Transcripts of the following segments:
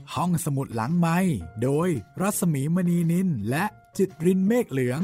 ห้องสมุดหลังไมค์โดยรัศมีมณีนินและจิตรินเมฆเหลือง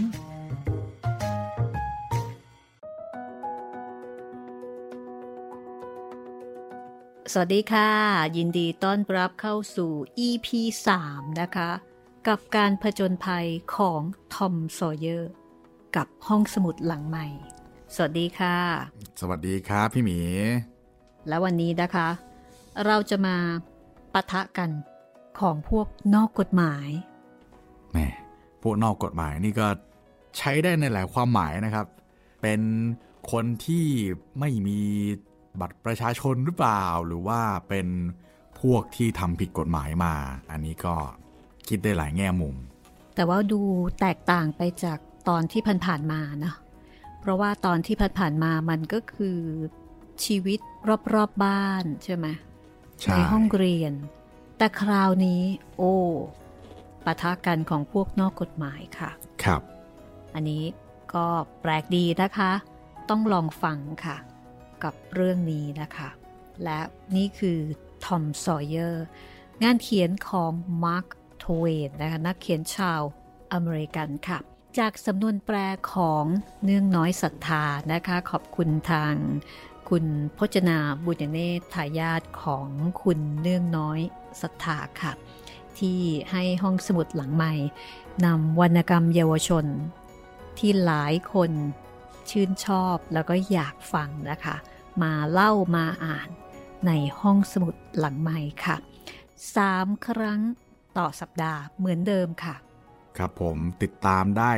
สวัสดีค่ะยินดีต้อนรับเข้าสู่ EP 3 นะคะกับการผจญภัยของทอม ซอยเยอร์กับห้องสมุดหลังใหม่สวัสดีค่ะสวัสดีครับพี่หมีและวันนี้นะคะเราจะมาปะทะกันของพวกนอกกฎหมายแหมพวกนอกกฎหมายนี่ก็ใช้ได้ในหลายความหมายนะครับเป็นคนที่ไม่มีบัตรประชาชนหรือเปล่าหรือว่าเป็นพวกที่ทำผิดกฎหมายมาอันนี้ก็คิดได้หลายแง่มุมแต่ว่าดูแตกต่างไปจากตอนที่ผ่านๆมานะเพราะว่าตอนที่ผ่านๆมามันก็คือชีวิตรอบๆบ้านใช่ไหมในห้องเรียนแต่คราวนี้โอ้ปะทะกันของพวกนอกกฎหมายค่ะครับอันนี้ก็แปลกดีนะคะต้องลองฟังค่ะกับเรื่องนี้นะคะและนี่คือทอม ซอยเยอร์งานเขียนของมาร์ค โทเวนนะคะนักเขียนชาวอเมริกันค่ะจากสำนวนแปลของเนื่องน้อยศรัทธานะคะขอบคุณทางคุณพจนาบุญเนตรทายาทของคุณเนื่องน้อยศรัทธาค่ะที่ให้ห้องสมุดหลังใหม่นำวรรณกรรมเยาวชนที่หลายคนชื่นชอบแล้วก็อยากฟังนะคะมาเล่ามาอ่านในห้องสมุดหลังใหม่ค่ะ3 ครั้งต่อสัปดาห์เหมือนเดิมค่ะครับผมติดตามได้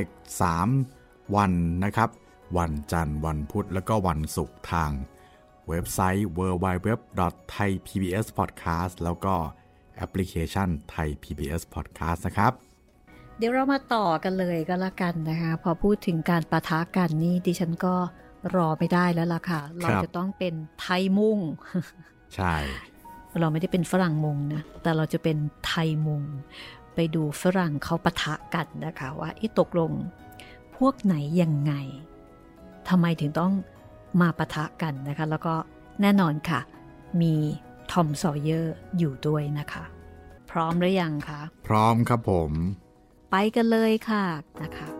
3วันนะครับวันจันทร์วันพุธแล้วก็วันศุกร์ทางเว็บไซต์ www.thaipbspodcast แล้วก็แอปพลิเคชัน Thai PBS Podcast นะครับเดี๋ยวเรามาต่อกันเลยก็แล้วกันนะคะพอพูดถึงการปะทะกันนี่ดิฉันก็รอไม่ได้แล้วล่ะค่ะเราจะต้องเป็นไทยมุงใช่เราไม่ได้เป็นฝรั่งมุงนะแต่เราจะเป็นไทยมุงไปดูฝรั่งเขาปะทะกันนะคะว่าตกลงพวกไหนยังไงทำไมถึงต้องมาปะทะกันนะคะแล้วก็แน่นอนค่ะมีทอม ซอยเยอร์อยู่ด้วยนะคะพร้อมหรือยังคะพร้อมครับผมไปกันเลยค่ะนะคะ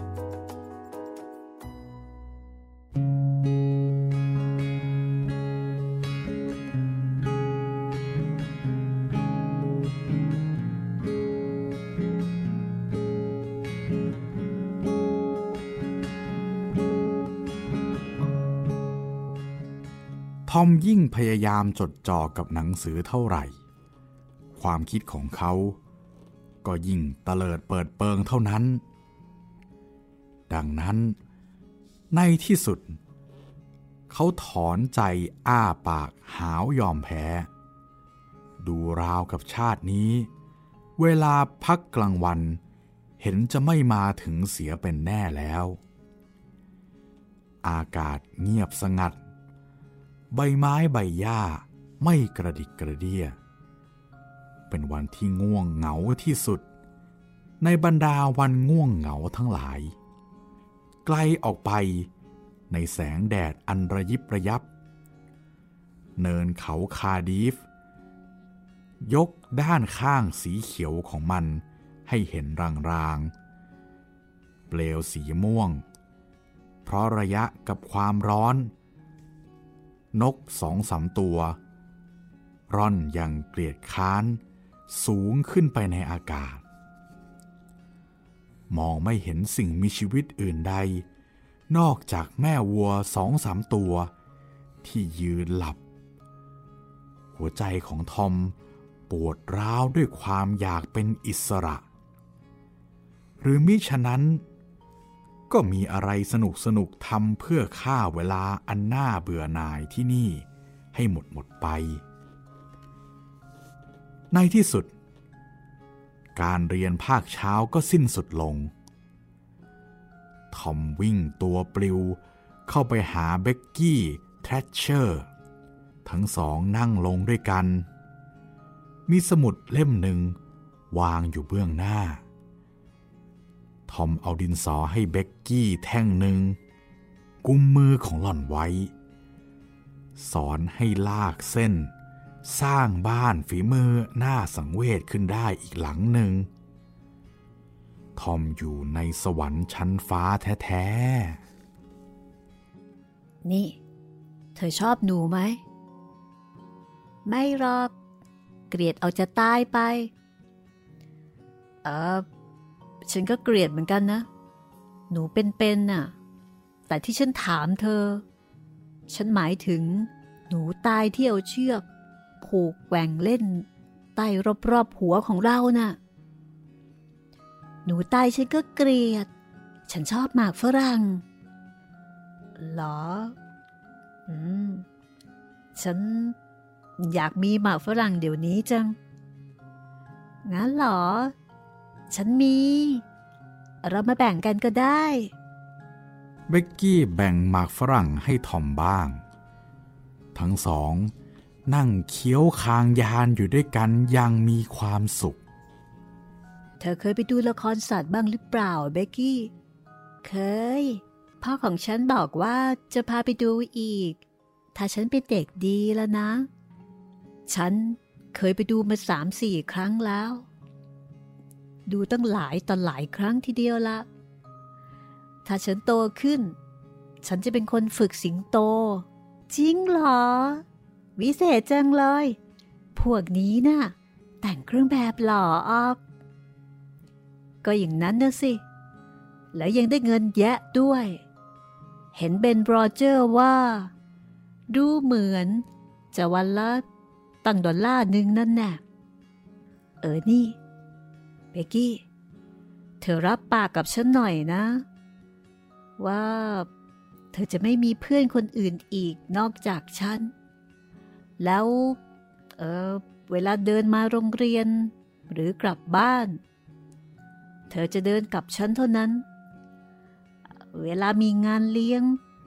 ทอมยิ่งพยายามจดจ่อกับหนังสือเท่าไหร่ความคิดของเขาก็ยิ่งเตลิดเปิดเปิงเท่านั้นดังนั้นในที่สุดเขาถอนใจอ้าปากหาวยอมแพ้ดูราวกับชาตินี้เวลาพักกลางวันเห็นจะไม่มาถึงเสียเป็นแน่แล้วอากาศเงียบสงัดใบไม้ใบหญ้าไม่กระดิกกระเดี้ยเป็นวันที่ง่วงเหงาที่สุดในบรรดาวันง่วงเหงาทั้งหลายไกลออกไปในแสงแดดอันระยิบระยับเนินเขาคาดีฟยกด้านข้างสีเขียวของมันให้เห็นรางๆเปลวสีม่วงเพราะระยะกับความร้อนนก2-3 ตัวร่อนอย่างเกลียดค้านสูงขึ้นไปในอากาศมองไม่เห็นสิ่งมีชีวิตอื่นใดนอกจากแม่วัว2-3 ตัวที่ยืนหลับหัวใจของทอมปวดร้าวด้วยความอยากเป็นอิสระหรือมิฉะนั้นก็มีอะไรสนุกทำเพื่อฆ่าเวลาอันน่าเบื่อหน่ายที่นี่ให้หมดไปในที่สุดการเรียนภาคเช้าก็สิ้นสุดลงทอมวิ่งตัวปลิวเข้าไปหาเบ็กกี้แทรชเชอร์ทั้งสองนั่งลงด้วยกันมีสมุดเล่มหนึ่งวางอยู่เบื้องหน้าทอมเอาดินสอให้เบ็กกี้แท่งหนึ่งกุมมือของหล่อนไว้สอนให้ลากเส้นสร้างบ้านฝีมือน่าสังเวชขึ้นได้อีกหลังหนึ่งทอมอยู่ในสวรรค์ชั้นฟ้าแท้ๆนี่เธอชอบหนูไหมไม่หรอกเกลียดเอาจะตายไปฉันก็เกลียดเหมือนกันนะหนูเป็นน่ะแต่ที่ฉันถามเธอฉันหมายถึงหนูตายที่เอาเชือกผูกแหว่งเล่นใต้รอบๆหัวของเราน่ะหนูตายฉันก็เกลียดฉันชอบหมากฝรั่งหรอฉันอยากมีหมากฝรั่งเดี๋ยวนี้จังงั้นหรอฉันมีเรามาแบ่งกันก็ได้เบกกี้แบ่งหมากฝรั่งให้ทอมบ้างทั้งสองนั่งเคี้ยวคางยานอยู่ด้วยกันอย่างมีความสุขเธอเคยไปดูละครสัตว์บ้างหรือเปล่าเบกกี้เคยพ่อของฉันบอกว่าจะพาไปดูอีกถ้าฉันเป็นเด็กดีแล้วนะฉันเคยไปดูมา 3-4 ครั้งแล้วดูตั้งหลายต่อหลายครั้งทีเดียวละถ้าฉันโตขึ้นฉันจะเป็นคนฝึกสิงโตจริงเหรอวิเศษจังเลยพวกนี้น่ะแต่งเครื่องแบบหล่อออกก็อย่างนั้นนะสิแล้วยังได้เงินแยะด้วยเห็นเบนโรเจอร์ว่าดูเหมือนจะวันละตั้ง$1นั่นแน่นี่เบกกี้เธอรับปากกับฉันหน่อยนะว่าเธอจะไม่มีเพื่อนคนอื่นอีกนอกจากฉันแล้วเวลาเดินมาโรงเรียนหรือกลับบ้านเธอจะเดินกับฉันเท่านั้นเวลามีงานเลี้ยง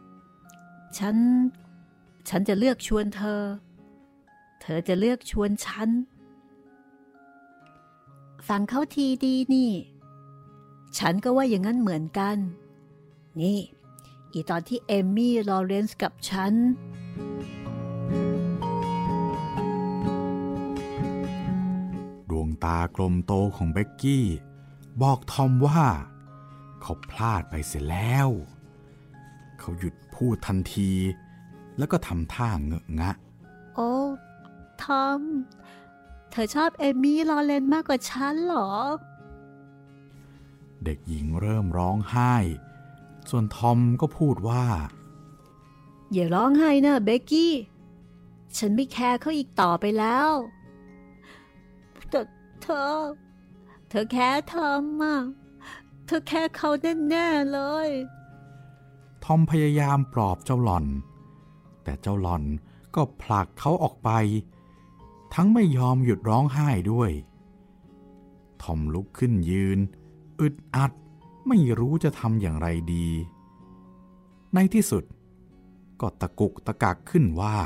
ฉันจะเลือกชวนเธอจะเลือกชวนฉันฟังเข้าทีดีนี่ฉันก็ว่าอย่างนั้นเหมือนกันนี่อีตอนที่เอมมี่ลอเรนซ์กับฉันดวงตากลมโตของเบกกี้บอกทอมว่าเขาพลาดไปเสียแล้วเขาหยุดพูดทันทีแล้วก็ทำท่าเงอะงะโอ้ทอมเธอชอบเอมมี่ลอเรนซ์มากกว่าฉันเหรอเด็กหญิงเริ่มร้องไห้ส่วนทอมก็พูดว่าอย่าร้องไห้นะเบกกี้ฉันไม่แคร์เขาอีกต่อไปแล้วแต่เธอแค่ทอมอ่ะเธอแค่เขาแน่ๆเลยทอมพยายามปลอบเจ้าหล่อนแต่เจ้าหล่อนก็ผลักเขาออกไปทั้งไม่ยอมหยุดร้องไห้ด้วยทอมลุกขึ้นยืนอึดอัดไม่รู้จะทำอย่างไรดีในที่สุดก็ตะกุกตะกักขึ้นว่า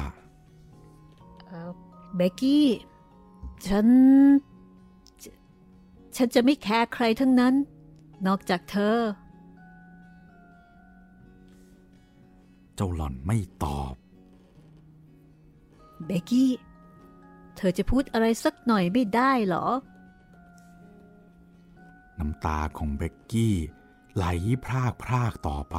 เบกกี้ฉันจะไม่แคร์ใครทั้งนั้นนอกจากเธอเจ้าหล่อนไม่ตอบเบกกี้เธอจะพูดอะไรสักหน่อยไม่ได้เหรอน้ำตาของเบกกี้ไหลพรากต่อไป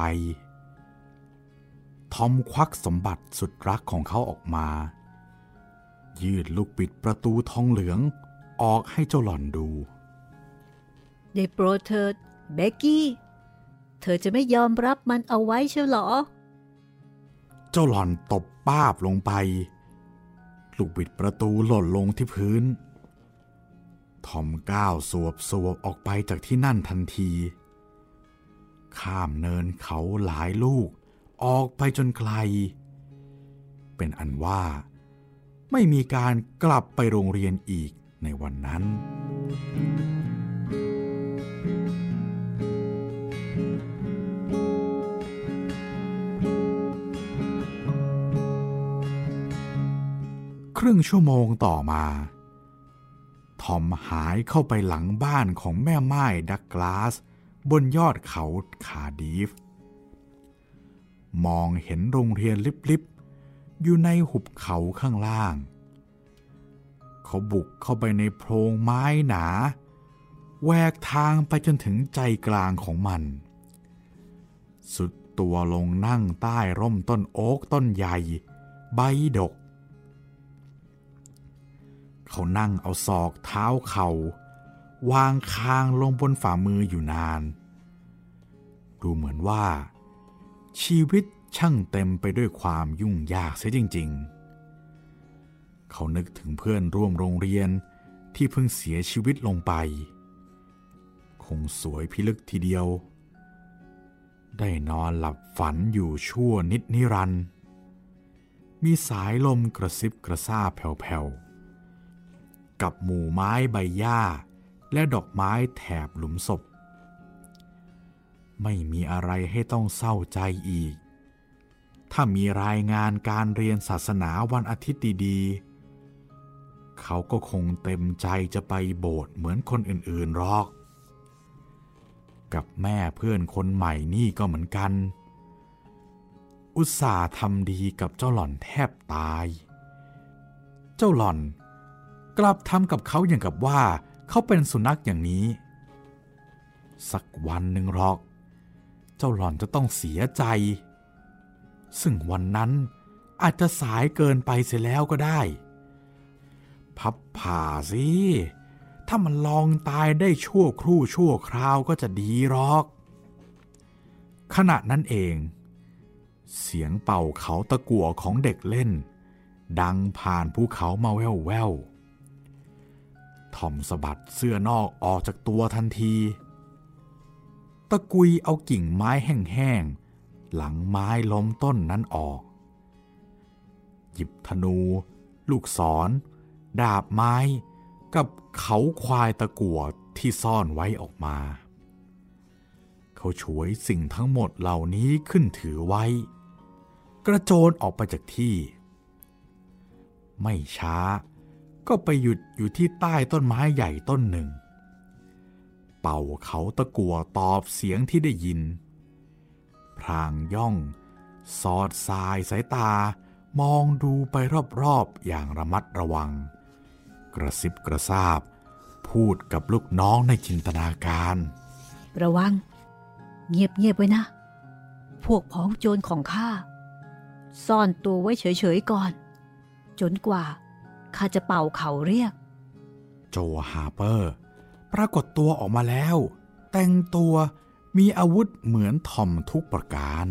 ทอมควักสมบัติสุดรักของเขาออกมายืดลูกบิดประตูทองเหลืองออกให้เจ้าหล่อนดูได้โปรดเถิดเบกกี้เธอจะไม่ยอมรับมันเอาไว้เชียวเหรอเจ้าหล่อนตบป้าบลงไปลูกบิดประตูหล่นลงที่พื้นทอมก้าวสวบออกไปจากที่นั่นทันทีข้ามเนินเขาหลายลูกออกไปจนไกลเป็นอันว่าไม่มีการกลับไปโรงเรียนอีกในวันนั้นครึ่งชั่วโมงต่อมาทอมหายเข้าไปหลังบ้านของแม่ม่ายดักลาสบนยอดเขาคาร์ดิฟมองเห็นโรงเรียนลิบๆอยู่ในหุบเขาข้างล่างเขาบุกเข้าไปในโพรงไม้หนาแหวกทางไปจนถึงใจกลางของมันสุดตัวลงนั่งใต้ร่มต้นโอ๊กต้นใหญ่ใบดกเขานั่งเอาศอกเท้าเข่าวางคางลงบนฝ่ามืออยู่นานดูเหมือนว่าชีวิตช่างเต็มไปด้วยความยุ่งยากเสียจริงๆเขานึกถึงเพื่อนร่วมโรงเรียนที่เพิ่งเสียชีวิตลงไปคงสวยพิลึกทีเดียวได้นอนหลับฝันอยู่ชั่วนิดนิรันดร์มีสายลมกระซิบกระซาบแผ่วๆกับหมู่ไม้ใบหญ้าและดอกไม้แถบหลุมศพไม่มีอะไรให้ต้องเศร้าใจอีกถ้ามีรายงานการเรียนศาสนาวันอาทิตย์ดีๆเขาก็คงเต็มใจจะไปโบสถ์เหมือนคนอื่นๆหรอกกับแม่เพื่อนคนใหม่นี่ก็เหมือนกันอุตส่าห์ทำดีกับเจ้าหล่อนแทบตายเจ้าหล่อนกลับทำกับเขาอย่างกับว่าเขาเป็นสุนัขอย่างนี้สักวันหนึ่งหรอกเจ้าหล่อนจะต้องเสียใจซึ่งวันนั้นอาจจะสายเกินไปเสียแล้วก็ได้พับผ่าสิถ้ามันลองตายได้ชั่วครู่ชั่วคราวก็จะดีหรอกขณะนั้นเองเสียงเป่าเขาตะกั่วของเด็กเล่นดังผ่านภูเขามาแว่วๆทอมสะบัดเสื้อนอกออกจากตัวทันทีตะกุยเอากิ่งไม้แห้งๆหลังไม้ล้มต้นนั้นออกหยิบธนูลูกศรดาบไม้กับเขาควายตะกั่วที่ซ่อนไว้ออกมาเขาฉวยสิ่งทั้งหมดเหล่านี้ขึ้นถือไว้กระโจนออกไปจากที่ไม่ช้าก็ไปหยุดอยู่ที่ใต้ต้นไม้ใหญ่ต้นหนึ่งเป่าเขาตะกั่วตอบเสียงที่ได้ยินพรางย่องสอดสายสายตามองดูไปรอบๆอย่างระมัดระวังกระซิบกระซาบพูดกับลูกน้องในจินตนาการระวังเงียบๆไว้นะพวกพ้องโจรของข้าซ่อนตัวไว้เฉยๆก่อนจนกว่าข้าจะเป่าเขาเรียกโจฮาร์เปอร์ปรากฏตัวออกมาแล้วแต่งตัวมีอาวุธเหมือนทอมทุกประการ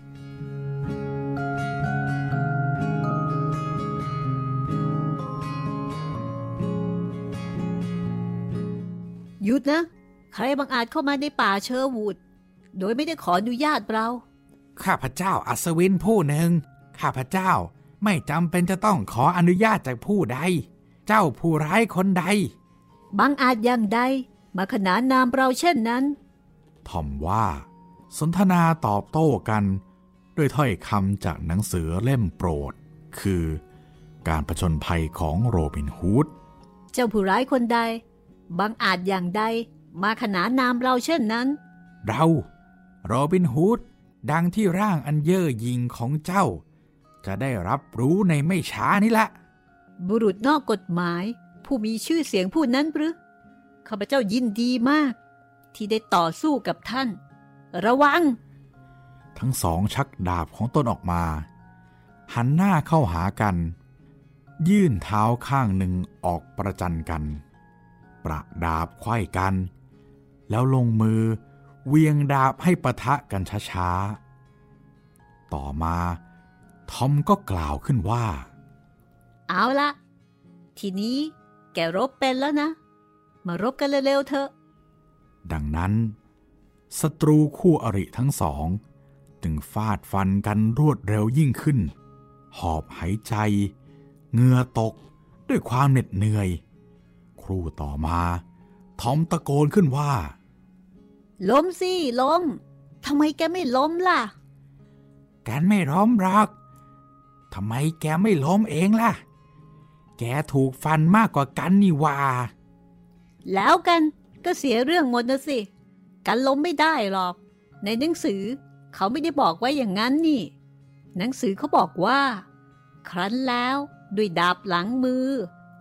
หยุดนะใครบังอาจเข้ามาในป่าเชอร์วูดโดยไม่ได้ขออนุญาตเราข้าพเจ้าอัศวินผู้หนึ่งข้าพเจ้าไม่จำเป็นจะต้องขออนุญาตจากผู้ใดเจ้าผู้ร้ายคนใดบังอาจอย่างใดมาขนานนามเราเช่นนั้นทอมว่าสนทนาตอบโต้กันด้วยถ้อยคำจากหนังสือเล่มโปรดคือการผจญภัยของโรบินฮูดเจ้าผู้ร้ายคนใดบังอาจอย่างใดมาขนานนามเราเช่นนั้นเราโรบินฮูดดังที่ร่างอันเย่อหยิ่งของเจ้าจะได้รับรู้ในไม่ช้านี้ละบุรุษนอกกฎหมายผู้มีชื่อเสียงผู้นั้นหรือข้าพเจ้ายินดีมากที่ได้ต่อสู้กับท่านระวังทั้งสองชักดาบของตนออกมาหันหน้าเข้าหากันยื่นเท้าข้างหนึ่งออกประจันกันประดาบไขว้กันแล้วลงมือเวียงดาบให้ปะทะกันช้าๆต่อมาทอมก็กล่าวขึ้นว่าเอาละทีนี้แกรบเป็นแล้วนะมารบกันเร็วๆเถอะดังนั้นศัตรูคู่อริทั้งสองจึงฟาดฟันกันรวดเร็วยิ่งขึ้นหอบหายใจเหงื่อตกด้วยความเหน็ดเหนื่อยครู่ต่อมาทอมตะโกนขึ้นว่าล้มสิล้มทำไมแกไม่ล้มล่ะแกไม่ล้มหรอกทำไมแกไม่ล้มเองล่ะแกถูกฟันมากกว่ากันนี่ว่าแล้วกันก็เสียเรื่องหมดนะสิกันล้มไม่ได้หรอกในหนังสือเขาไม่ได้บอกไว้อย่างนั้นนี่หนังสือเขาบอกว่าครั้นแล้วด้วยดาบหลังมือ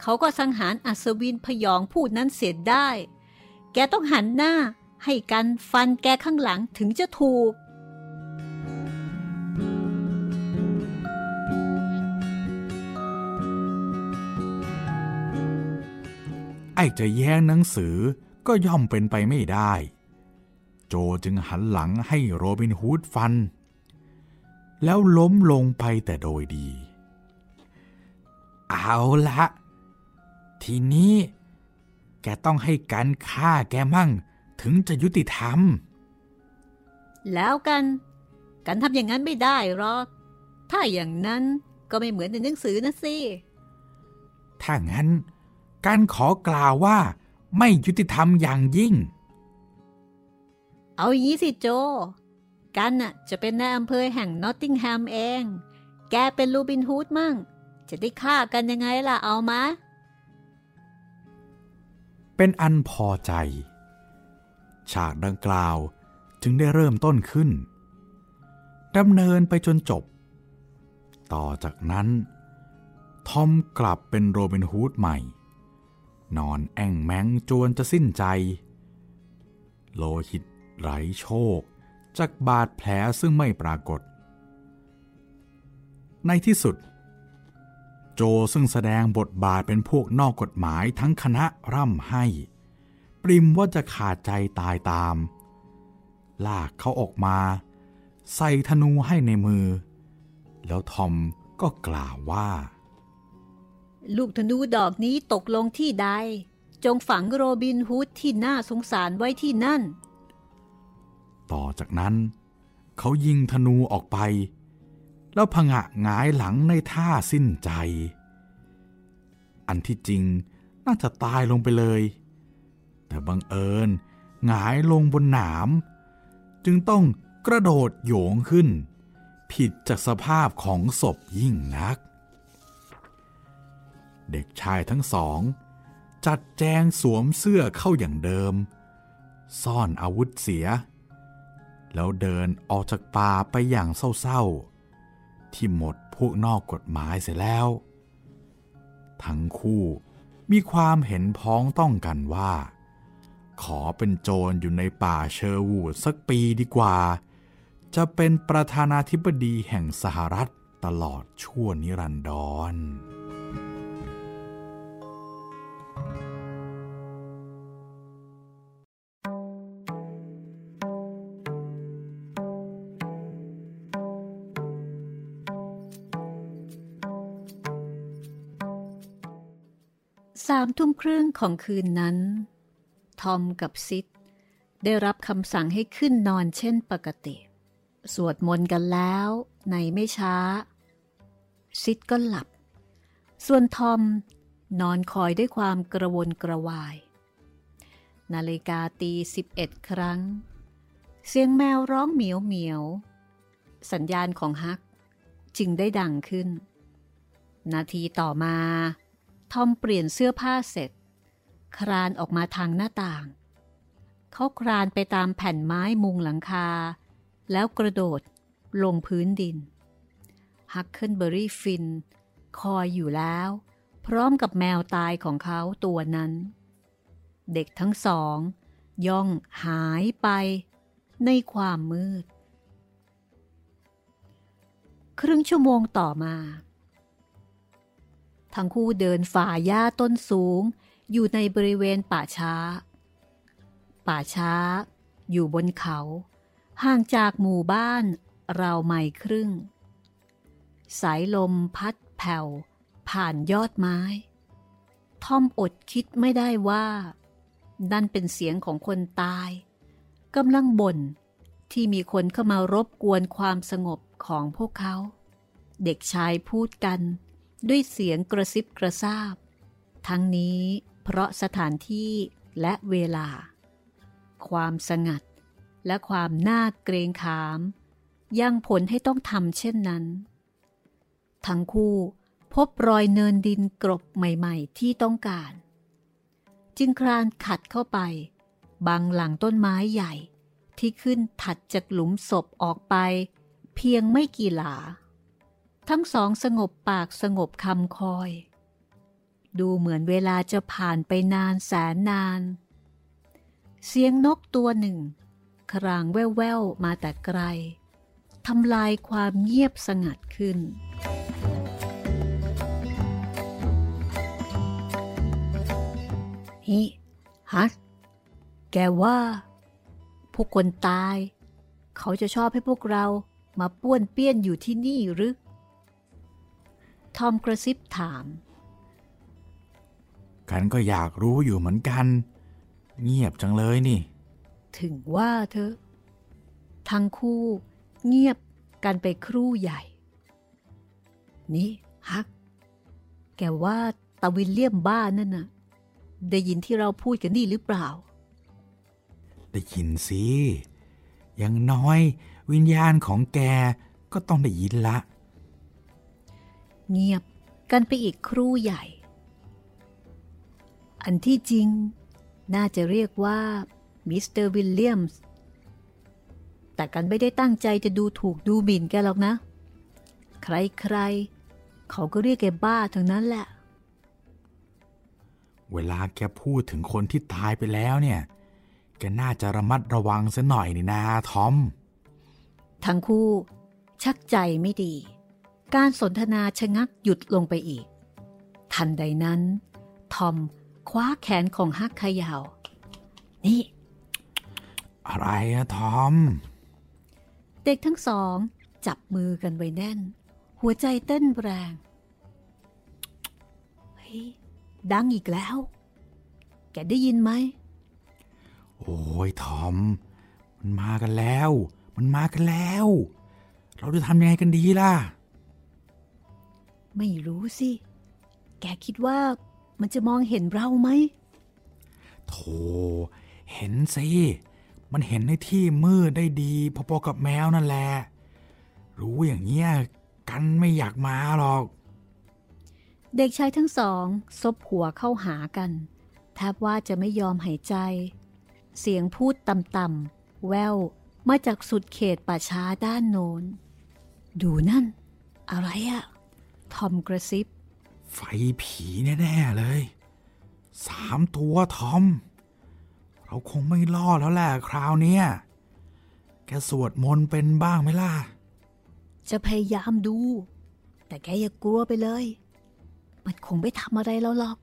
เขาก็สังหารอัศวินพยองผู้นั้นเสียได้แกต้องหันหน้าให้กันฟันแกข้างหลังถึงจะถูกไอ้จะแย้งหนังสือก็ย่อมเป็นไปไม่ได้โจจึงหันหลังให้โรบินฮูดฟันแล้วล้มลงไปแต่โดยดีเอาละทีนี้แกต้องให้กันฆ่าแกมั่งถึงจะยุติธรรมแล้วกันทำอย่างนั้นไม่ได้หรอกถ้าอย่างนั้นก็ไม่เหมือนในหนังสือนะสิถ้างั้นกันขอกล่าวว่าไม่ยุติธรรมอย่างยิ่งเอาอย่างนี้สิโจกันน่ะจะเป็นนายอำเภอแห่งนอตติงแฮมเองแกเป็นโรบินฮูดมั่งจะได้ฆ่ากันยังไงล่ะเอามาเป็นอันพอใจฉากดังกล่าวจึงได้เริ่มต้นขึ้นดำเนินไปจนจบต่อจากนั้นทอมกลับเป็นโรบินฮูดใหม่นอนแอ่งแม้งจวนจะสิ้นใจโลหิตไหลโชกจากบาดแผลซึ่งไม่ปรากฏในที่สุดโจซึ่งแสดงบทบาทเป็นพวกนอกกฎหมายทั้งคณะร่ำให้ปริมว่าจะขาดใจตายตามลากเขาออกมาใส่ธนูให้ในมือแล้วทอมก็กล่าวว่าลูกธนูดอกนี้ตกลงที่ใดจงฝังโรบินฮูดที่น่าสงสารไว้ที่นั่นต่อจากนั้นเขายิงธนูออกไปแล้วผงะหงายหลังในท่าสิ้นใจอันที่จริงน่าจะตายลงไปเลยแต่บังเอิญหงายลงบนหนามจึงต้องกระโดดโยงขึ้นผิดจากสภาพของศพยิ่งนักเด็กชายทั้งสองจัดแจงสวมเสื้อเข้าอย่างเดิมซ่อนอาวุธเสียแล้วเดินออกจากป่าไปอย่างเศร้าๆที่หมดพวกนอกกฎหมายเสียแล้วทั้งคู่มีความเห็นพ้องต้องกันว่าขอเป็นโจรอยู่ในป่าเชอร์วูดสักปีดีกว่าจะเป็นประธานาธิบดีแห่งสหรัฐตลอดชั่วนิรันดร 3 ทุ่มครึ่งของคืนนั้นทอมกับซิดได้รับคำสั่งให้ขึ้นนอนเช่นปกติสวดมนต์กันแล้วในไม่ช้าซิดก็หลับส่วนทอมนอนคอยด้วยความกระวนกระวายนาฬิกาตี11 ครั้งเสียงแมวร้องเหมียวเหมียวสัญญาณของฮักจึงได้ดังขึ้นนาทีต่อมาทอมเปลี่ยนเสื้อผ้าเสร็จคลานออกมาทางหน้าต่างเขาคลานไปตามแผ่นไม้มุงหลังคาแล้วกระโดดลงพื้นดินฮักเคิลเบอรี่ฟินคอยอยู่แล้วพร้อมกับแมวตายของเขาตัวนั้นเด็กทั้งสองย่องหายไปในความมืดครึ่งชั่วโมงต่อมาทั้งคู่เดินฝ่าหญ้าต้นสูงอยู่ในบริเวณป่าช้าอยู่บนเขาห่างจากหมู่บ้านราวไมล์ครึ่งสายลมพัดแผ่วผ่านยอดไม้ทอมอดคิดไม่ได้ว่านั่นเป็นเสียงของคนตายกำลังบ่นที่มีคนเข้ามารบกวนความสงบของพวกเขาเด็กชายพูดกันด้วยเสียงกระซิบกระซาบทั้งนี้เพราะสถานที่และเวลาความสงัดและความน่าเกรงขามยังผลให้ต้องทำเช่นนั้นทั้งคู่พบรอยเนินดินกรบใหม่ๆที่ต้องการจึงคลานขัดเข้าไปบังหลังต้นไม้ใหญ่ที่ขึ้นถัดจากหลุมศพออกไปเพียงไม่กี่หลาทั้งสองสงบปากสงบคำคอยดูเหมือนเวลาจะผ่านไปนานแสนนานเสียงนกตัวหนึ่งครางแว่วๆมาแต่ไกลทำลายความเงียบสงัดขึ้นนี่ฮัสแกว่าพวกคนตายเขาจะชอบให้พวกเรามาป้วนเปี้ยนอยู่ที่นี่หรือทอมกระซิบถามกันก็อยากรู้อยู่เหมือนกันเงียบจังเลยนี่ถึงว่าเธอทั้งคู่เงียบกันไปครู่ใหญ่นี่ฮักแกว่าตาวิลเลียมบ้านั่นน่ะได้ยินที่เราพูดกันนี่หรือเปล่าได้ยินสิอย่างน้อยวิญญาณของแกก็ต้องได้ยินละเงียบกันไปอีกครู่ใหญ่อันที่จริงน่าจะเรียกว่ามิสเตอร์วิลเลียมส์แต่กันไม่ได้ตั้งใจจะดูถูกดูหมิ่นแกหรอกนะใครๆเขาก็เรียกแกบ้าทั้งนั้นแหละเวลาแกพูดถึงคนที่ตายไปแล้วเนี่ยแกน่าจะระมัดระวังซะหน่อยนี่นาทอมทั้งคู่ชักใจไม่ดีการสนทนาชะงักหยุดลงไปอีกทันใดนั้นทอมคว้าแขนของฮักเขย่านี่อะไรอะทอมเด็กทั้งสองจับมือกันไว้แน่นหัวใจเต้นแรงเฮ้ยดังอีกแล้วแกได้ยินไหมโอ้ยทอมมันมากันแล้วเราจะทำยังไงกันดีล่ะไม่รู้สิแกคิดว่ามันจะมองเห็นเราไหมโธ่เห็นสิมันเห็นในที่มืดได้ดีพอๆกับแมวนั่นแหละรู้อย่างเงี้ยกันไม่อยากมาหรอกเด็กชายทั้งสองซบหัวเข้าหากันแทบว่าจะไม่ยอมหายใจเสียงพูดต่ำๆแว่วมาจากสุดเขตป่าช้าด้านโน้นดูนั่นอะไรอะทอมกระซิบไฟผีแน่ๆเลย3 ตัวทอมเราคงไม่รอดแล้วแหละคราวนี้แกสวดมนต์เป็นบ้างไหมล่ะจะพยายามดูแต่แกอย่ากลัวไปเลยมันคงไม่ทำอะไรเราหรอก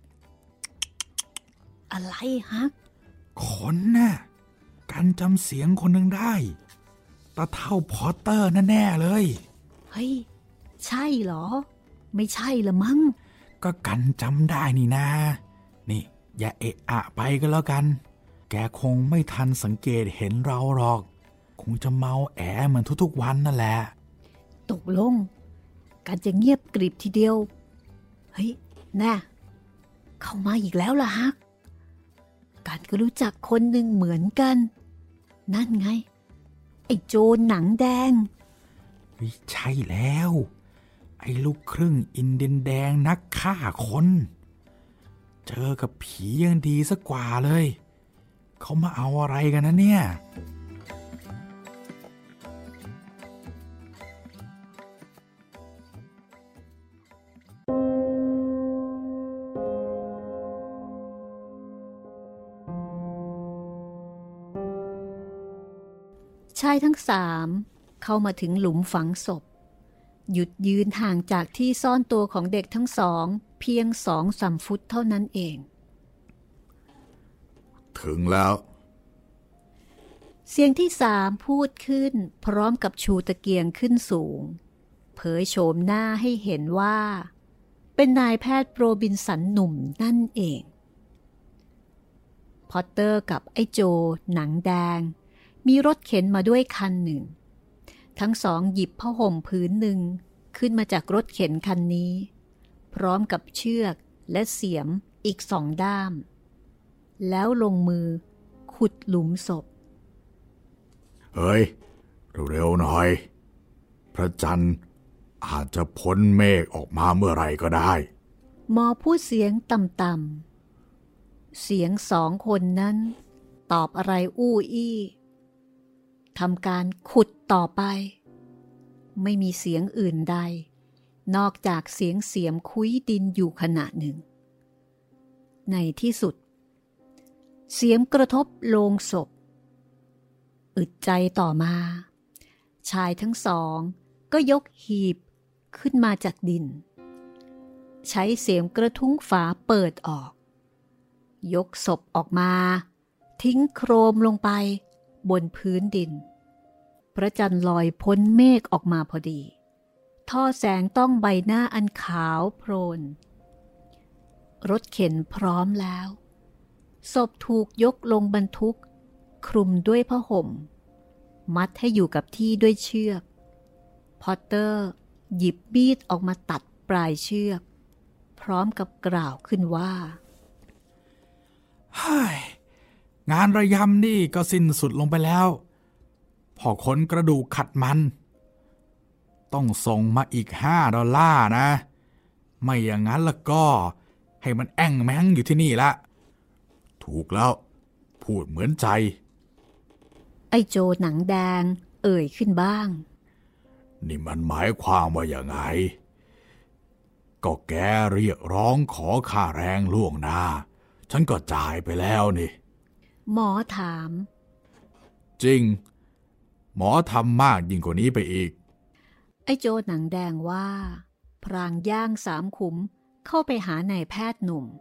อะไรฮะคนน่ะกันจำเสียงคนหนึ่งได้ตาเท่าพอตเตอร์แน่ๆเลยเฮ้ยใช่เหรอไม่ใช่ละมั้งก็กันจำได้นี่นานี่อย่าเอะอะไปก็แล้วกันแกคงไม่ทันสังเกตเห็นเราหรอกคงจะเมาแอเหมือนทุกๆวันนั่นแหละตกลงกันจะเงียบกริบทีเดียวเฮ้ยน่ะเข้ามาอีกแล้วล่ะฮักกันก็รู้จักคนหนึ่งเหมือนกันนั่นไงไอ้โจรหนังแดงใช่แล้วไอ้ลูกครึ่งอินเดียนแดงนักฆ่าคนเจอกับผียังดีสักกว่าเลยเขามาเอาอะไรกันนะเนี่ยชายทั้งสามเข้ามาถึงหลุมฝังศพหยุดยืนห่างจากที่ซ่อนตัวของเด็กทั้งสองเพียง2-3 ฟุตเท่านั้นเองถึงแล้วเสียงที่3พูดขึ้นพร้อมกับชูตะเกียงขึ้นสูงเผยโฉมหน้าให้เห็นว่าเป็นนายแพทย์โรบินสันหนุ่มนั่นเองพอตเตอร์กับไอ้โจหนังแดงมีรถเข็นมาด้วยคันหนึ่งทั้งสองหยิบผ้าห่มผืนหนึ่งขึ้นมาจากรถเข็นคันนี้พร้อมกับเชือกและเสียมอีก2 ด้ามแล้วลงมือขุดหลุมศพเฮ้ยเร็วๆหน่อยพระจันทร์อาจจะพ้นเมฆออกมาเมื่อไรก็ได้หมอพูดเสียงต่ำๆเสียง2 คนนั้นตอบอะไรอู้อี้ทำการขุดต่อไปไม่มีเสียงอื่นใดนอกจากเสียงเสียมคุ้ยดินอยู่ขณะหนึ่งในที่สุดเสียงกระทบโลงศพอึดใจต่อมาชายทั้งสองก็ยกหีบขึ้นมาจากดินใช้เสียมกระทุ้งฝาเปิดออกยกศพออกมาทิ้งโครมลงไปบนพื้นดินพระจันทร์ลอยพ้นเมฆออกมาพอดีท่อแสงต้องใบหน้าอันขาวโพลนรถเข็นพร้อมแล้วศพถูกยกลงบรรทุกคลุมด้วยผ้าห่มมัดให้อยู่กับที่ด้วยเชือกพอตเตอร์หยิบมีดออกมาตัดปลายเชือกพร้อมกับกล่าวขึ้นว่างานระยำนี่ก็สิ้นสุดลงไปแล้วพอค้นกระดูกขัดมันต้องส่งมาอีก$5นะไม่อย่างนั้นแล้วก็ให้มันแอ่งแม้งอยู่ที่นี่ละถูกแล้วพูดเหมือนใจไอ้โจหนังแดงเอ่ยขึ้นบ้างนี่มันหมายความว่าอย่างไงก็แกเรียกร้องขอค่าแรงล่วงหน้าฉันก็จ่ายไปแล้วนี่หมอถามจริงหมอทำมากยิ่งกว่านี้ไปอีกไอ้โจหนังแดงว่าพรางย่าง3 ขุมเข้าไปหานายแพทย์หนุ่ม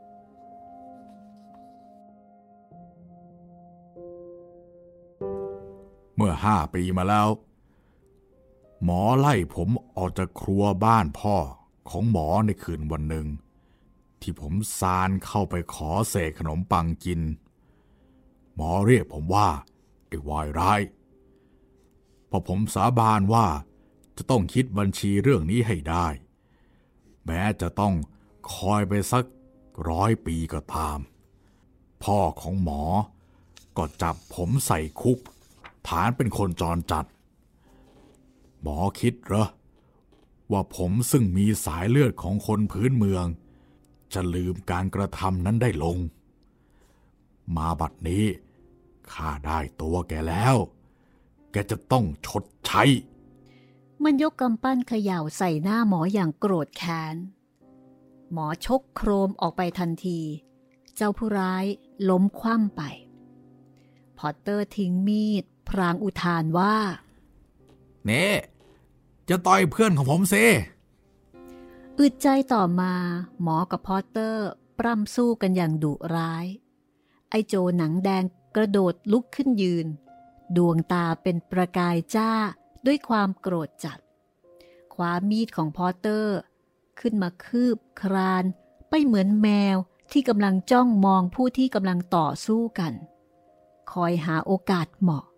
เมื่อ5 ปีมาแล้วหมอไล่ผมออกจากครัวบ้านพ่อของหมอในคืนวันหนึ่งที่ผมซานเข้าไปขอเศษขนมปังกินหมอเรียกผมว่าไอ้วายร้ายพอผมสาบานว่าจะต้องคิดบัญชีเรื่องนี้ให้ได้แม้จะต้องคอยไปสัก100 ปีก็ตามพ่อของหมอก็จับผมใส่คุกฐานเป็นคนจรจัดหมอคิดเหรอว่าผมซึ่งมีสายเลือดของคนพื้นเมืองจะลืมการกระทำนั้นได้ลงมาบัดนี้ข้าได้ตัวแกแล้วแกจะต้องชดใช้มันยกกำปั้นเขย่าใส่หน้าหมออย่างโกรธแค้นหมอชกโครมออกไปทันทีเจ้าผู้ร้ายล้มคว่ำไปพอตเตอร์ทิ้งมีดพรางอุทานว่าเน่จะต่อยเพื่อนของผมสิอึดใจต่อมาหมอกับพอตเตอร์ปร่ำสู้กันอย่างดุร้ายไอ้โจหนังแดงกระโดดลุกขึ้นยืนดวงตาเป็นประกายจ้าด้วยความโกรธจัดคว้ามีดของพอตเตอร์ขึ้นมาคืบคลานไปเหมือนแมวที่กำลังจ้องมองผู้ที่กำลังต่อสู้กันคอยหาโอกาสเหมาะ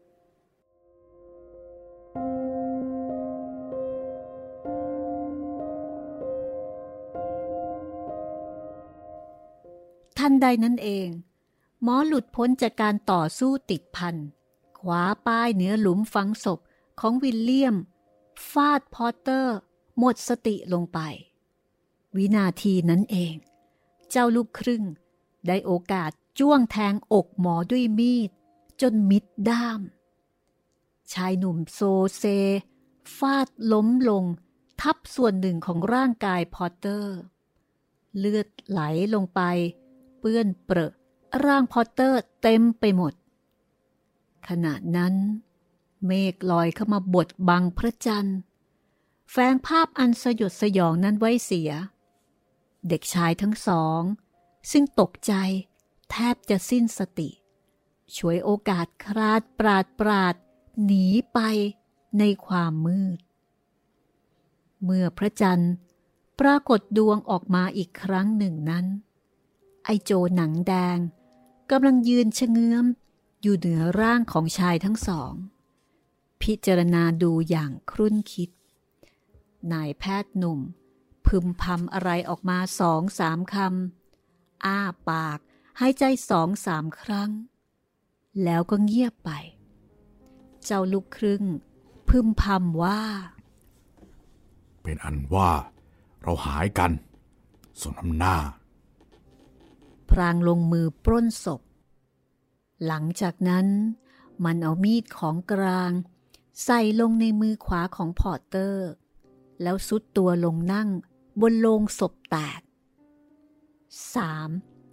ทันใดนั้นเองหมอหลุดพ้นจากการต่อสู้ติดพันคว้าป้ายเหนือหลุมฝังศพของวิลเลียมฟาดพอตเตอร์หมดสติลงไปวินาทีนั้นเองเจ้าลูกครึ่งได้โอกาสจ้วงแทงอกหมอด้วยมีดจนมิดด้ามชายหนุ่มโซเซฟาดล้มลงทับส่วนหนึ่งของร่างกายพอตเตอร์เลือดไหลลงไปเปื้อนเปรอะร่างพอตเตอร์เต็มไปหมดขณะนั้นเมฆลอยเข้ามาบดบังพระจันทร์แฝงภาพอันสยดสยองนั้นไว้เสียเด็กชายทั้งสองซึ่งตกใจแทบจะสิ้นสติฉวยโอกาสคลาดปราดหนีไปในความมืดเมื่อพระจันทร์ปรากฏดวงออกมาอีกครั้งหนึ่งนั้นไอ้โจหนังแดงกำลังยืนชะเง้อมอยู่เหนือร่างของชายทั้งสองพิจารณาดูอย่างครุ่นคิดนายแพทย์หนุ่มพึมพำอะไรออกมา2-3 คำอ้าปากหายใจ2-3 ครั้งแล้วก็เงียบไปเจ้าลูกครึ่งพึมพำว่าเป็นอันว่าเราหายกันสมน้ำหน้าพรางลงมือปล้นศพหลังจากนั้นมันเอามีดของกลางใส่ลงในมือขวาของพอตเตอร์แล้วซุดตัวลงนั่งบนโลงศพแตก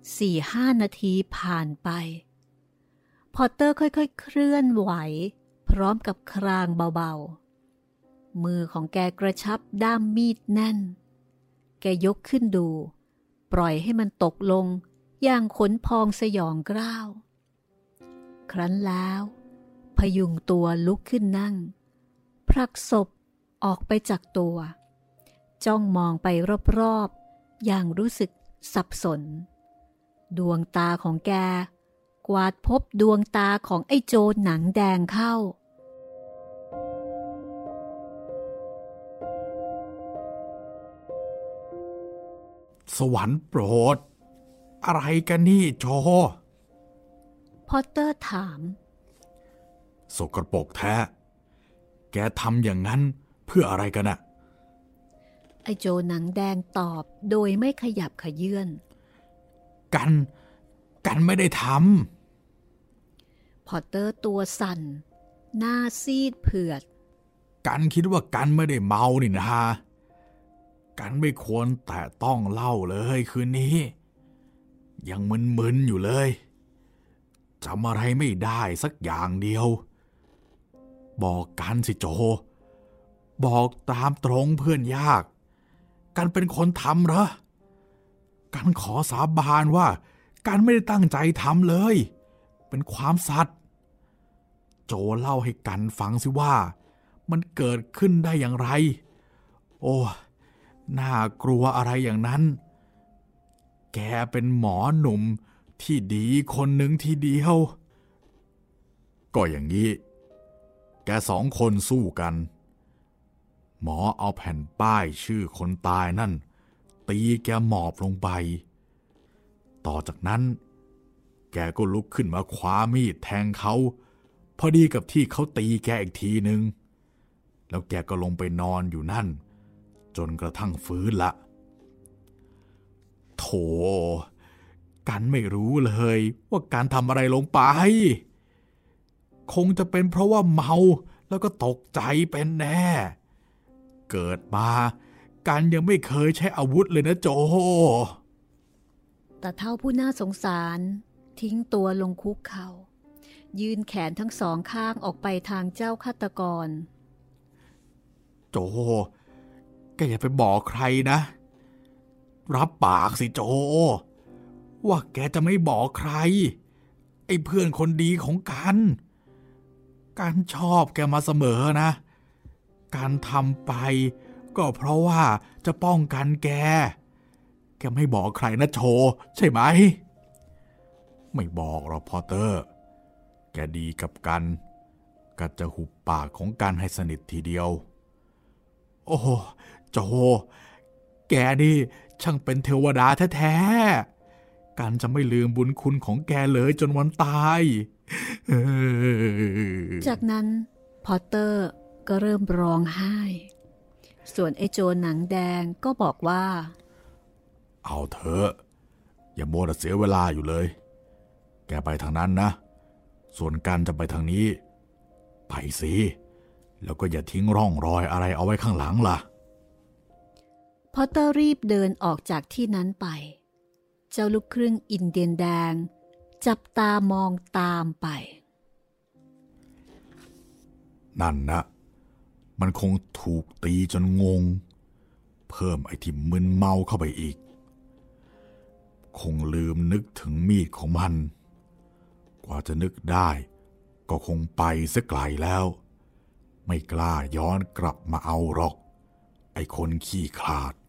4-5 นาทีผ่านไปพอตเตอร์ค่อยๆเคลื่อนไหวพร้อมกับครางเบาๆมือของแกกระชับด้ามมีดแน่นแกยกขึ้นดูปล่อยให้มันตกลงอย่างขนพองสยองกร้าวครั้นแล้วพยุงตัวลุกขึ้นนั่งผลักศพออกไปจากตัวจ้องมองไปรอบๆอย่างรู้สึกสับสนดวงตาของแกกวาดพบดวงตาของไอ้โจรหนังแดงเข้าสวรรค์โปรดอะไรกันนี่โจพอตเตอร์ถามสกปรกแท้แกทำอย่างนั้นเพื่ออะไรกันน่ะไอ้โจรหนังแดงตอบโดยไม่ขยับเขยื้อนกันไม่ได้ทำพอตเตอร์ตัวสั่นหน้าซีดเผือดกันคิดว่ากันไม่ได้เมานี่นะกันไม่ควรแตะต้องเหล้าเลยคืนนี้ยังมึนๆอยู่เลยจำอะไรไม่ได้สักอย่างเดียวบอกกันสิโจบอกตามตรงเพื่อนยากกันเป็นคนทำเหรอกันขอสาบานว่ากันไม่ได้ตั้งใจทำเลยเป็นความสัตย์โจเล่าให้กันฟังสิว่ามันเกิดขึ้นได้อย่างไรโอ้น่ากลัวอะไรอย่างนั้นแกเป็นหมอหนุ่มที่ดีคนหนึ่งทีเดียวก็อย่างนี้แกสองคนสู้กันหมอเอาแผ่นป้ายชื่อคนตายนั่นตีแกหมอบลงไปต่อจากนั้นแกก็ลุกขึ้นมาคว้ามีดแทงเขาพอดีกับที่เขาตีแกอีกทีนึงแล้วแกก็ลงไปนอนอยู่นั่นจนกระทั่งฟื้นละโถกันไม่รู้เลยว่าการทำอะไรลงไปคงจะเป็นเพราะว่าเมาแล้วก็ตกใจเป็นแน่เกิดมากันยังไม่เคยใช้อาวุธเลยนะโจแต่เท่าผู้น่าสงสารทิ้งตัวลงคุกเข่ายื่นแขนทั้งสองข้างออกไปทางเจ้าฆาตกรโจแกอย่าไปบอกใครนะรับปากสิโจว่าแกจะไม่บอกใครไอ้เพื่อนคนดีของกันชอบแกมาเสมอนะการทำไปก็เพราะว่าจะป้องกันแกไม่บอกใครนะโจใช่ไหมไม่บอกหรอกพอเตอร์แกดีกับกันก็จะหุบปากของกันให้สนิททีเดียวโอ้โจแกนี่ช่างเป็นเทวดาแท้ๆกันจะไม่ลืมบุญคุณของแกเลยจนวันตายจากนั้นพอตเตอร์ก็เริ่มร้องไห้ส่วนไอ้โจรหนังแดงก็บอกว่าเอาเถอะอย่ามัวแต่เสียเวลาอยู่เลยแกไปทางนั้นนะส่วนกันจะไปทางนี้ไปสิแล้วก็อย่าทิ้งร่องรอยอะไรเอาไว้ข้างหลังล่ะพอตเตอร์รีบเดินออกจากที่นั้นไปเจ้าลูกครึ่งอินเดียนแดงจับตามองตามไปนั่นนะมันคงถูกตีจนงงเพิ่มไอ้ที่มึนเมาเข้าไปอีกคงลืมนึกถึงมีดของมันกว่าจะนึกได้ก็คงไปเสียไกลแล้วไม่กล้าย้อนกลับมาเอาหรอกไอ้คนขี้ขลาด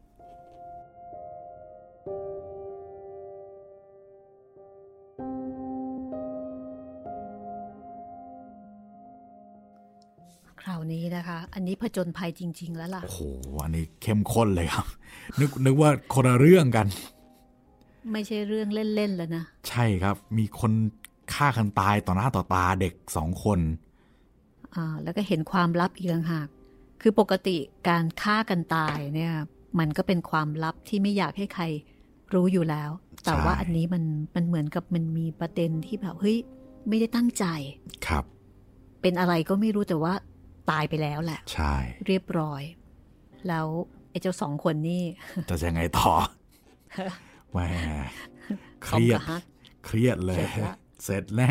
คราวนี้นะคะอันนี้ผจญภัยจริงๆแล้วล่ะโอ้โหอันนี้เข้มข้นเลยครับนึกว่าคนละเรื่องกันไม่ใช่เรื่องเล่นๆแล้วนะใช่ครับมีคนฆ่ากันตายต่อหน้าต่อตาเด็ก2 คนแล้วก็เห็นความลับอีกต่างหากคือปกติการฆ่ากันตายเนี่ยมันก็เป็นความลับที่ไม่อยากให้ใครรู้อยู่แล้วแต่ว่าอันนี้มันเหมือนกับมันมีประเด็นที่แบบเฮ้ยไม่ได้ตั้งใจครับเป็นอะไรก็ไม่รู้แต่ว่าตายไปแล้วแหละใช่เรียบร้อยแล้วไอ้เจ้า2 คนนี่จะยังไงต่อแหมเครียดเลยเสร็จแน่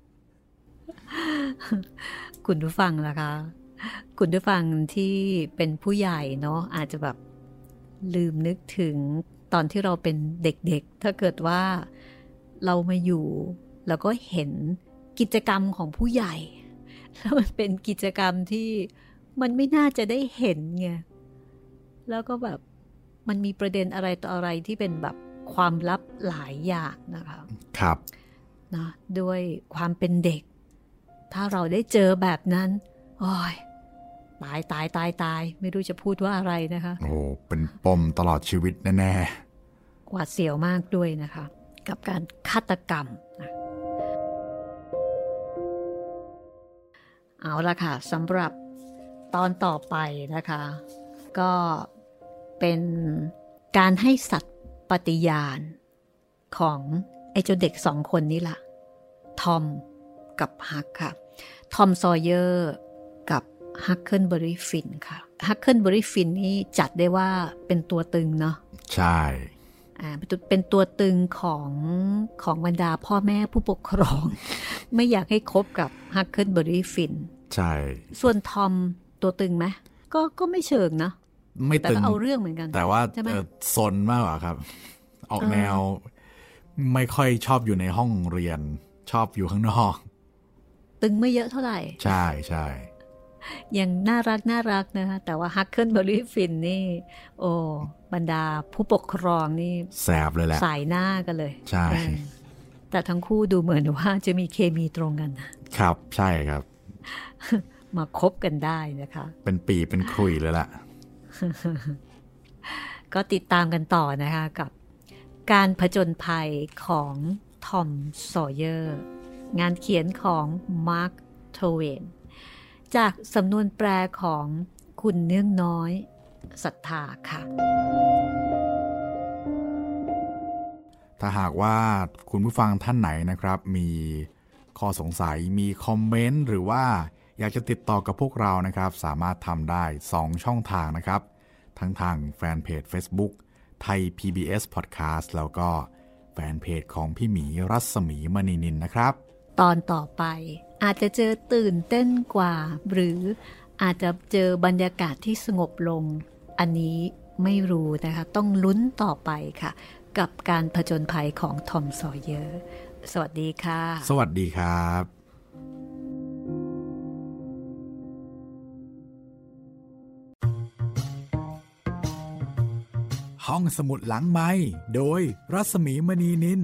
คุณผู้ฟังล่ะคะคุณผู้ฟังที่เป็นผู้ใหญ่เนาะอาจจะแบบลืมนึกถึงตอนที่เราเป็นเด็กๆถ้าเกิดว่าเรามาอยู่แล้วก็เห็นกิจกรรมของผู้ใหญ่แล้วมันเป็นกิจกรรมที่มันไม่น่าจะได้เห็นไงแล้วก็แบบมันมีประเด็นอะไรต่ออะไรที่เป็นแบบความลับหลายอย่างนะคะครับนะด้วยความเป็นเด็กถ้าเราได้เจอแบบนั้นโอ้ยตายไม่รู้จะพูดว่าอะไรนะคะโอ้เป็นปมตลอดชีวิตแน่ๆหวาดเสียวมากด้วยนะคะกับการฆาตกรรมนะเอาละค่ะสำหรับตอนต่อไปนะคะก็เป็นการให้สัตย์ปฏิญาณของไอ้เจ้าเด็กสองคนนี้ล่ะทอมกับฮักค่ะทอมซอยเยอร์กับฮักเคิลเบอรี่ฟินค่ะฮักเคิลเบอรี่ฟินนี่จัดได้ว่าเป็นตัวตึงเนาะใช่เป็นตัวตึงของบรรดาพ่อแม่ผู้ปกครอง ไม่อยากให้คบกับฮักเคิลเบอรี่ฟินใช่ส่วนทอมตัวตึงไหมก็ไม่เชิงนะไม่ตึงแต่ก็เอาเรื่องเหมือนกันแต่ว่าซนมากกว่าครับออกแนวไม่ค่อยชอบอยู่ในห้องเรียนชอบอยู่ข้างนอกตึงไม่เยอะเท่าไหร่ใช่ยังน่ารักนะคะแต่ว่าฮักเคิลเบอรี่ฟินนี่โอ้บรรดาผู้ปกครองนี่แสบเลยแหละสายหน้ากันเลยใช่แต่ทั้งคู่ดูเหมือนว่าจะมีเคมีตรงกันครับใช่ครับมาคบกันได้นะคะเป็นปีเป็นคุยเลยล่ะก็ติดตามกันต่อนะคะกับการผจญภัยของทอมซอเยอร์งานเขียนของมาร์คโทเวนจากสำนวนแปลของคุณเนื่องน้อยศรัทธาค่ะถ้าหากว่าคุณผู้ฟังท่านไหนนะครับมีข้อสงสัยมีคอมเมนต์หรือว่าอยากจะติดต่อกับพวกเรานะครับสามารถทำได้2ช่องทางนะครับทั้งทางแฟนเพจ Facebook ไทย PBS Podcast แล้วก็แฟนเพจของพี่หมีรัศมีมณีนินนะครับตอนต่อไปอาจจะเจอตื่นเต้นกว่าหรืออาจจะเจอบรรยากาศที่สงบลงอันนี้ไม่รู้นะคะต้องลุ้นต่อไปค่ะกับการผจญภัยของทอมซอเยอร์สวัสดีค่ะสวัสดีครับห้องสมุดหลังไมค์โดยรัศมีมณีนิน